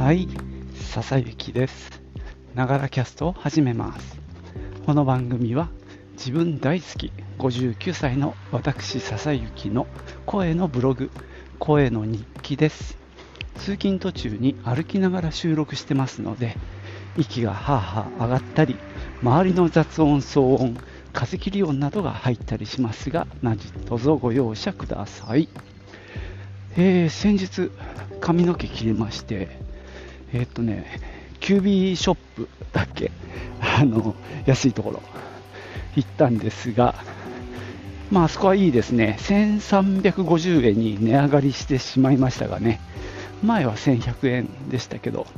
はい、笹雪です。ながらキャストを始めます。この番組は自分大好き59歳の私笹雪の声のブログ、声の日記です。通勤途中に歩きながら収録してますので、息がはあはあ上がったり、周りの雑音、騒音、風切り音などが入ったりしますが、何卒ご容赦ください。先日髪の毛切りまして、キュービーショップだっけ、安いところ行ったんですが、あそこはいいですね。1350円に値上がりしてしまいましたがね、前は1100円でしたけど、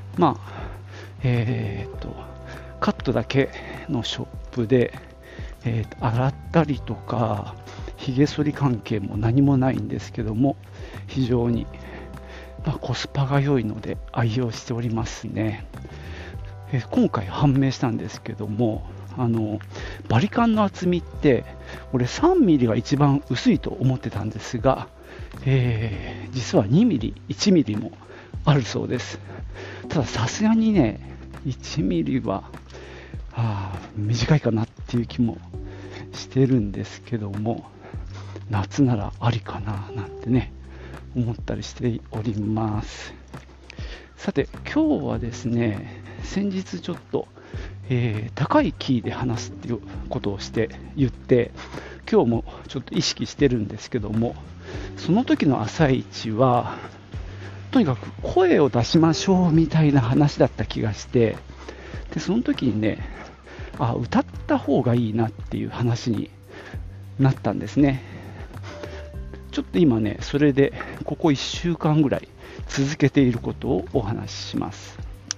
カットだけのショップで、洗ったりとかひげ剃り関係も何もないんですけども、非常に、コスパが良いので愛用しておりますね。今回判明したんですけども、バリカンの厚みって俺3ミリが一番薄いと思ってたんですが、実は2ミリ1ミリもあるそうです。たださすがにね1ミリは短いかなっていう気もしてるんですけども、夏ならありかななんてね思ったりしております。さて今日はですね、先日ちょっと、高いキーで話すっていうことを言って今日もちょっと意識してるんですけども、その時の朝一はとにかく声を出しましょうみたいな話だった気がして、でその時にね、歌った方がいいなっていう話になったんですね。ちょっと今ねそれでここ1週間ぐらい続けていることをお話しします。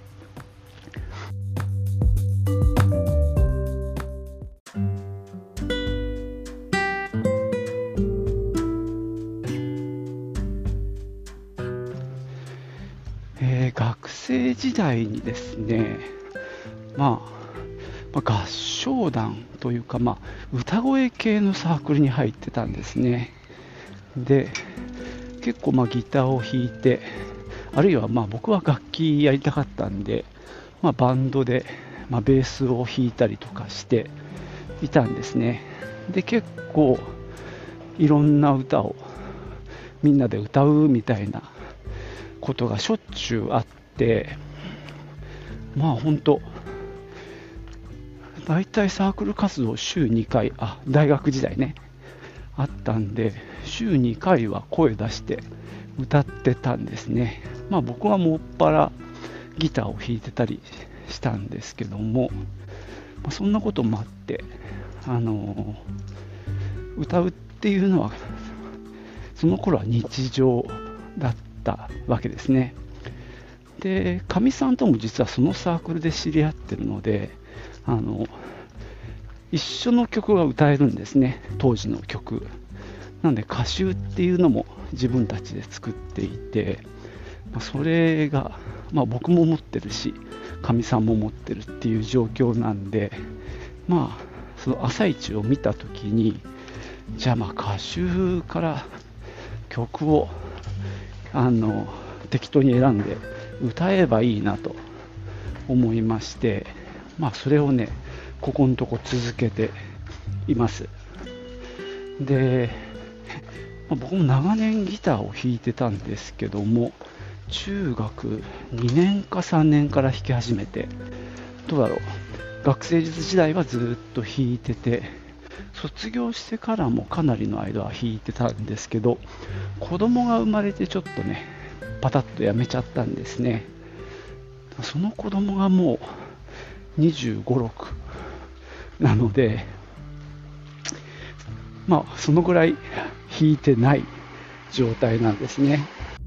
学生時代にですね、合唱団というか、歌声系のサークルに入ってたんですね。で結構ギターを弾いて、あるいは僕は楽器やりたかったんで、バンドで、ベースを弾いたりとかしていたんですね。で結構いろんな歌をみんなで歌うみたいなことがしょっちゅうあって、本当だいたいサークル活動週2回、大学時代ねあったんで、週2回は声出して歌ってたんですね。僕はもっぱらギターを弾いてたりしたんですけども、そんなこともあって、歌うっていうのはその頃は日常だったわけですね。でかみさんとも実はそのサークルで知り合ってるので、一緒の曲が歌えるんですね、当時の曲なんで。歌集っていうのも自分たちで作っていて、それが、僕も持ってるしかみさんも持ってるっていう状況なんで、その朝一を見た時に、じゃあ歌集から曲を適当に選んで歌えばいいなと思いまして、それをねここのとこ続けています。で、僕も長年ギターを弾いてたんですけども、中学2年か3年から弾き始めて、どうだろう、学生時代はずっと弾いてて、卒業してからもかなりの間は弾いてたんですけど、子供が生まれてちょっとねパタッとやめちゃったんですね。その子供がもう25、6なので、そのぐらい弾いてない状態なんですね。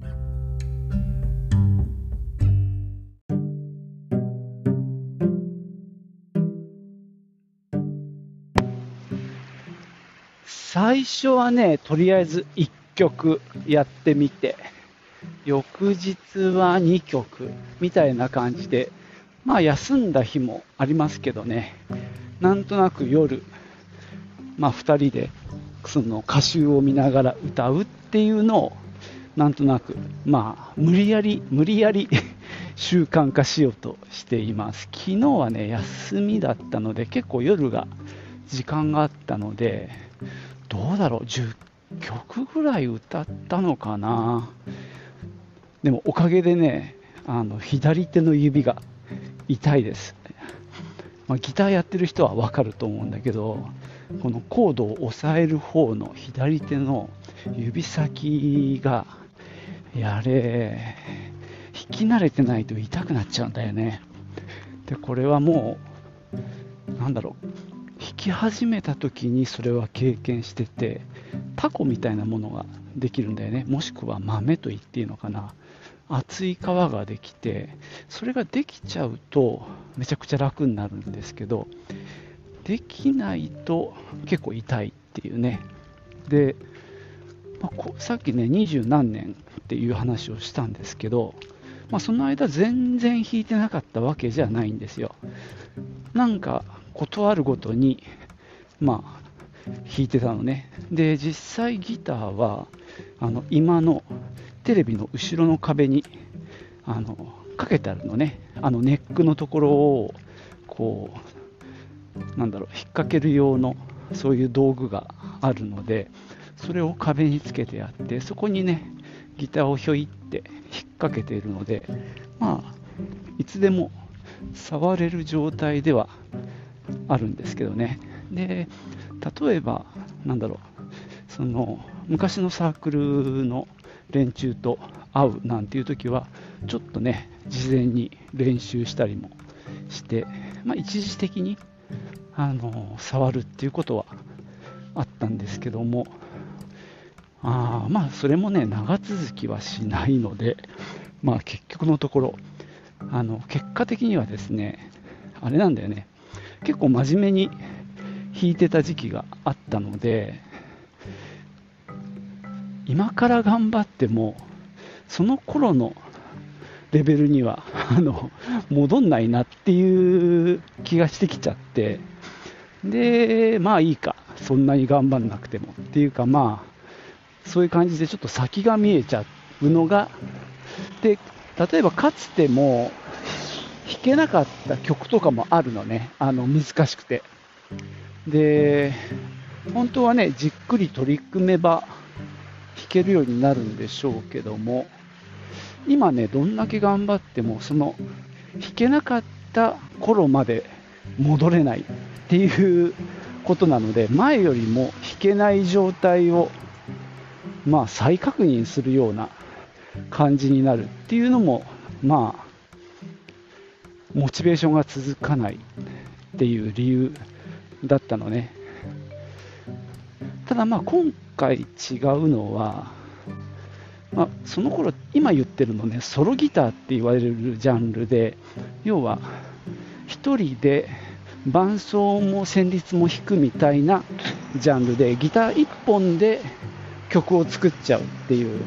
最初はねとりあえず1曲やってみて、翌日は2曲みたいな感じで、休んだ日もありますけどね、なんとなく夜、2人でその歌集を見ながら歌うっていうのをなんとなく無理やり習慣化しようとしています。昨日はね、休みだったので、結構夜が時間があったので、どうだろう、10曲ぐらい歌ったのかな。でもおかげでね、左手の指が痛いです。ギターやってる人はわかると思うんだけど、このコードを押さえる方の左手の指先が、弾き慣れてないと痛くなっちゃうんだよね。で、これはもう、弾き始めた時にそれは経験してて、タコみたいなものができるんだよね。もしくは豆と言っていいのかな。厚い皮ができて、それができちゃうとめちゃくちゃ楽になるんですけど、できないと結構痛いっていうね。で、さっきね、20何年っていう話をしたんですけど、その間全然弾いてなかったわけじゃないんですよ。なんかことあるごとに弾いてたのね。で、実際ギターは今のテレビの後ろの壁にかけてあるのね。ネックのところをこう引っ掛ける用のそういう道具があるので、それを壁につけてあって、そこにねギターをひょいって引っ掛けているので、いつでも触れる状態ではあるんですけどね。で、例えばその昔のサークルの連中と会うなんていう時は、ちょっとね事前に練習したりもして、一時的に触るっていうことはあったんですけども、それもね長続きはしないので、結局のところ結果的にはですね、あれなんだよね、結構真面目に弾いてた時期があったので、今から頑張ってもその頃のレベルには戻んないなっていう気がしてきちゃって、でいいか、そんなに頑張んなくてもっていうか、そういう感じでちょっと先が見えちゃうのが、で例えばかつても弾けなかった曲とかもあるのね、難しくて。で、本当はねじっくり取り組めば弾けるようになるんでしょうけども、今ねどんだけ頑張ってもその弾けなかった頃まで戻れないっていうことなので、前よりも弾けない状態を再確認するような感じになるっていうのも、モチベーションが続かないっていう理由だったのね。ただ今回違うのは、その頃今言ってるのね、ソロギターって言われるジャンルで、要は一人で伴奏も旋律も弾くみたいなジャンルで、ギター1本で曲を作っちゃうっていう、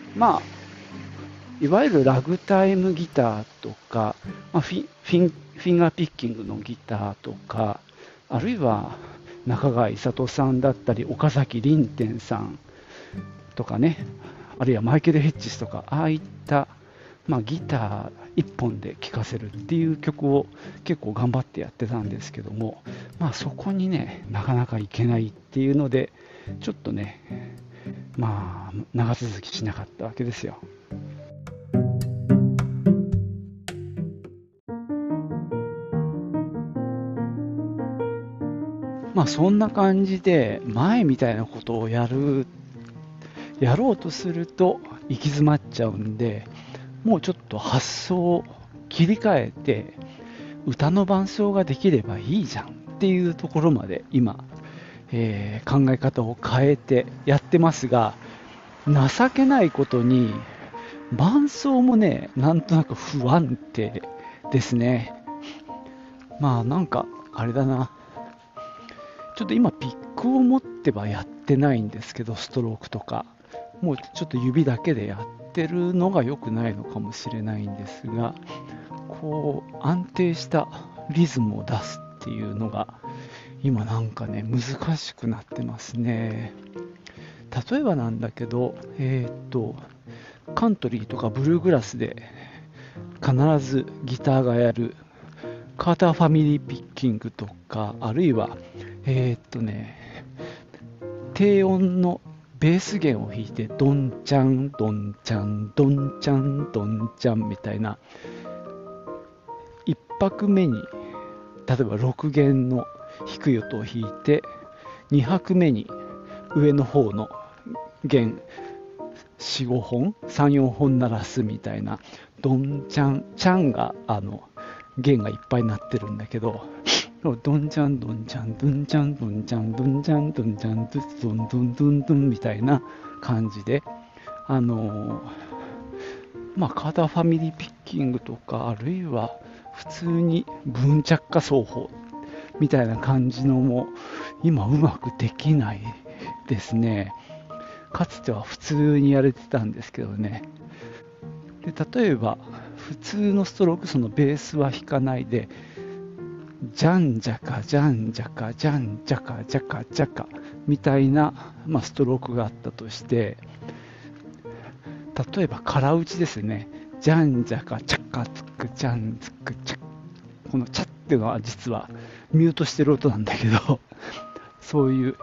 いわゆるラグタイムギターとか、フィンガーピッキングのギターとか、あるいは中川勇人さんだったり岡崎凛天さんとかね、あるいはマイケル・ヘッジスとか、ああいった、ギター1本で聴かせるっていう曲を結構頑張ってやってたんですけども、そこにねなかなかいけないっていうので、ちょっとね長続きしなかったわけですよ。そんな感じで前みたいなことをやろうとすると行き詰まっちゃうんで、もうちょっと発想を切り替えて歌の伴奏ができればいいじゃんっていうところまで今、考え方を変えてやってますが、情けないことに伴奏もねなんとなく不安定ですね。あれだな、ちょっと今ピックを持ってはやってないんですけど、ストロークとかもうちょっと指だけでやってるのが良くないのかもしれないんですが、こう安定したリズムを出すっていうのが今難しくなってますね。例えばなんだけど、カントリーとかブルーグラスで必ずギターがやるカーターファミリーピッキングとか、あるいは低音のベース弦を弾いてドンチャンドンチャンドンチャンドンチャンみたいな、1拍目に例えば6弦の低い音を弾いて、2拍目に上の方の弦4、5本3、4本鳴らすみたいな、ドンチャンチャンが弦がいっぱいになってるんだけど、ドンチャンドンチャンドンチャンドンチャンドンチャンドンチャンドンドンドンドンドンみたいな感じで、カーターファミリーピッキングとか、あるいは普通に分着化奏法みたいな感じのも今うまくできないですね。かつては普通にやれてたんですけどね。で例えば普通のストローク、そのベースは弾かないで、ジャンジャカジャンジャカジャンジャカジャカジャカみたいな、ストロークがあったとして、例えば空打ちですね、ジャンジャカチャカツクジャンツクチャ、このチャっていうのは実はミュートしてる音なんだけど、そういう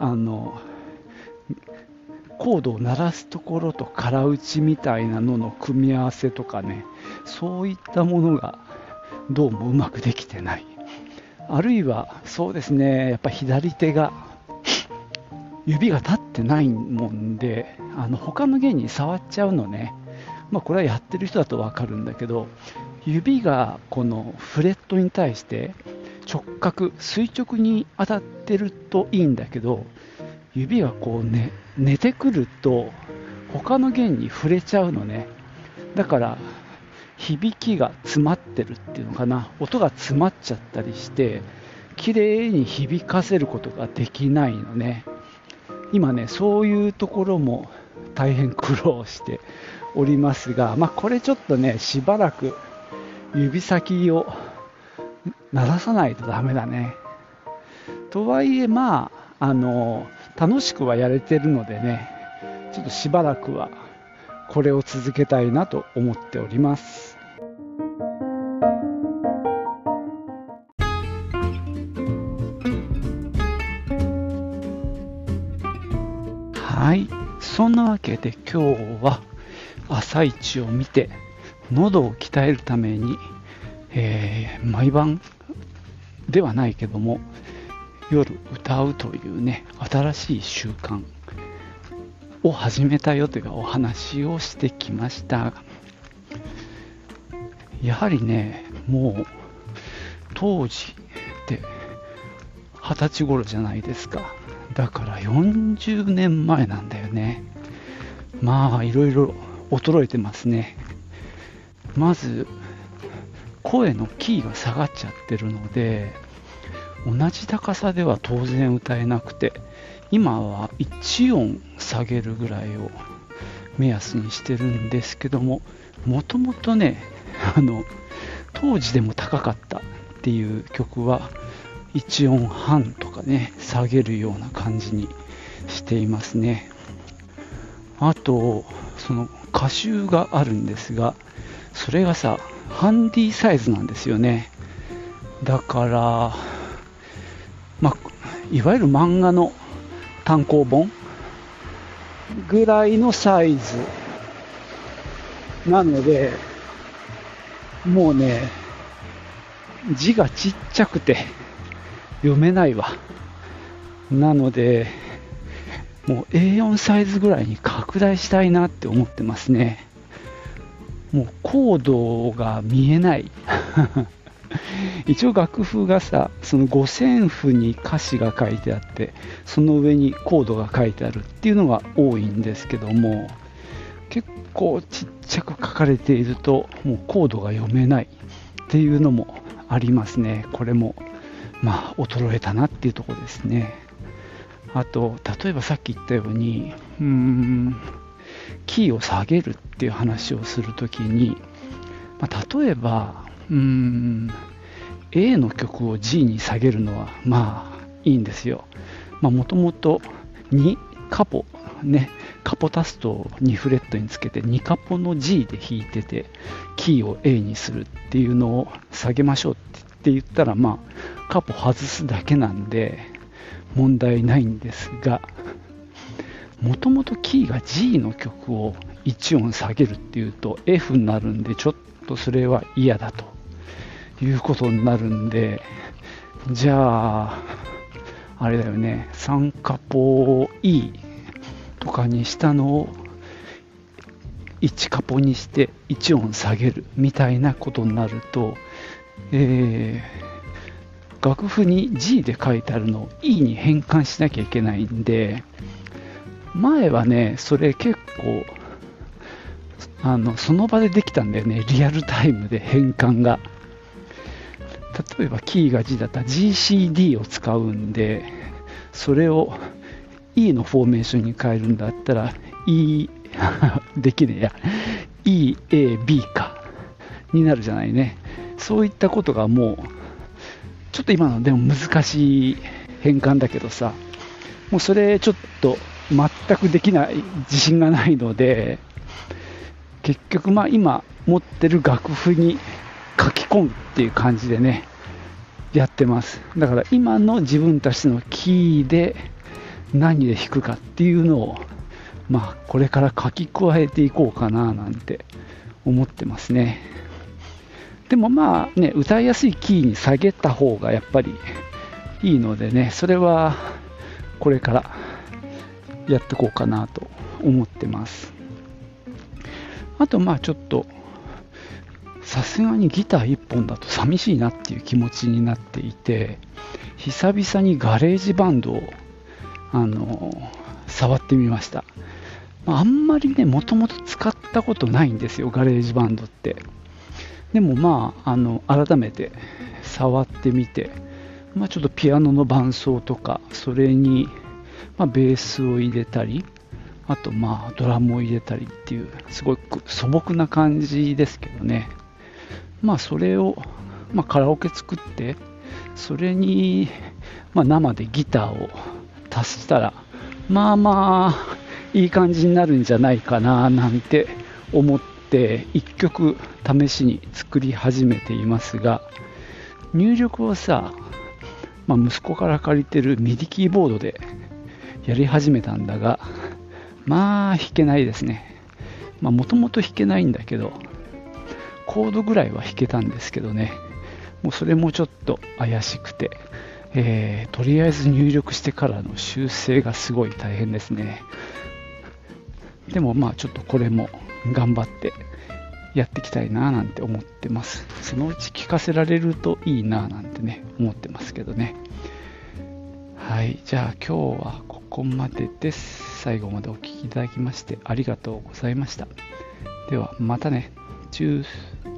コードを鳴らすところと空打ちみたいなのの組み合わせとかね、そういったものがどうもうまくできてない。あるいはそうですね、やっぱ左手が指が立ってないもんで、他の弦に触っちゃうのね。これはやってる人だと分かるんだけど、指がこのフレットに対して直角垂直に当たってるといいんだけど、指がこうね寝てくると他の弦に触れちゃうのね。だから響きが詰まってるっていうのかな、音が詰まっちゃったりして綺麗に響かせることができないのね。今ね、そういうところも大変苦労しておりますが、これちょっとね、しばらく指先を鳴らさないとダメだね。とはいえ楽しくはやれてるのでね、ちょっとしばらくはこれを続けたいなと思っております。はい、そんなわけで今日は朝一を見て喉を鍛えるために、毎晩ではないけども夜歌うというね、新しい習慣を始めたよというお話をしてきました。やはりね、もう当時って20歳頃じゃないですか。だから40年前なんだよね。いろいろ衰えてますね。まず声のキーが下がっちゃってるので、同じ高さでは当然歌えなくて、今は1音下げるぐらいを目安にしてるんですけども、もともとね、当時でも高かったっていう曲は1音半とかね、下げるような感じにしていますね。あとその歌集があるんですが、それがさ、ハンディサイズなんですよね。だからいわゆる漫画の単行本ぐらいのサイズなので、もうね、字がちっちゃくて読めないわ。なのでもう A4 サイズぐらいに拡大したいなって思ってますね。もうコードが見えない一応楽譜がさ、その五線譜に歌詞が書いてあって、その上にコードが書いてあるっていうのが多いんですけども、結構ちっちゃく書かれているともうコードが読めないっていうのもありますね。これも衰えたなっていうところですね。あと例えばさっき言ったようにキーを下げるっていう話をするときに、例えばA の曲を G に下げるのはいいんですよ。もともと2カポね、 カポタストを2フレットにつけて2カポの G で弾いててキーを A にするっていうのを下げましょうって言ったら、まあカポ外すだけなんで問題ないんですが、もともとキーが G の曲を1音下げるっていうと F になるんで、ちょっとそれは嫌だということになるんで、じゃああれだよね、3カポ E とかにしたのを1カポにして1音下げるみたいなことになると、楽譜に G で書いてあるのを E に変換しなきゃいけないんで、前はねそれ結構その場でできたんだよね、リアルタイムで変換が。例えばキーが G だったら GCD を使うんで、それを E のフォーメーションに変えるんだったら E できねえや EAB かになるじゃないね。そういったことがもうちょっと今のでも難しい変換だけどさ、もうそれちょっと全くできない、自信がないので、結局まあ今持ってる楽譜に書き込むっていう感じでねやってます。だから今の自分たちのキーで何で弾くかっていうのをまあこれから書き加えていこうかななんて思ってますね。でもまあね、歌いやすいキーに下げた方がやっぱりいいのでね、それはこれからやっていこうかなと思ってます。あとまあちょっとさすがにギター1本だと寂しいなっていう気持ちになっていて、久々にガレージバンドを触ってみました。あんまりねもともと使ったことないんですよ、ガレージバンドって。でもまあ改めて触ってみて、まあ、ちょっとピアノの伴奏とか、それに、まあ、ベースを入れたり、あとまあドラムを入れたりっていうすごく素朴な感じですけどね。まあそれを、まあ、カラオケ作って、それに、まあ、生でギターを足したらまあまあいい感じになるんじゃないかななんて思って1曲試しに作り始めていますが、入力をさ、まあ、息子から借りてるミディキーボードでやり始めたんだが、まあ弾けないですね。もともと弾けないんだけど、コードぐらいは弾けたんですけどね、もうそれもちょっと怪しくて、とりあえず入力してからの修正がすごい大変ですね。でもまあちょっとこれも頑張ってやっていきたいななんて思ってます。そのうち聞かせられるといいななんてね思ってますけどね。はい、じゃあ今日はここまでです。最後までお聞きいただきましてありがとうございました。ではまたね。チュース。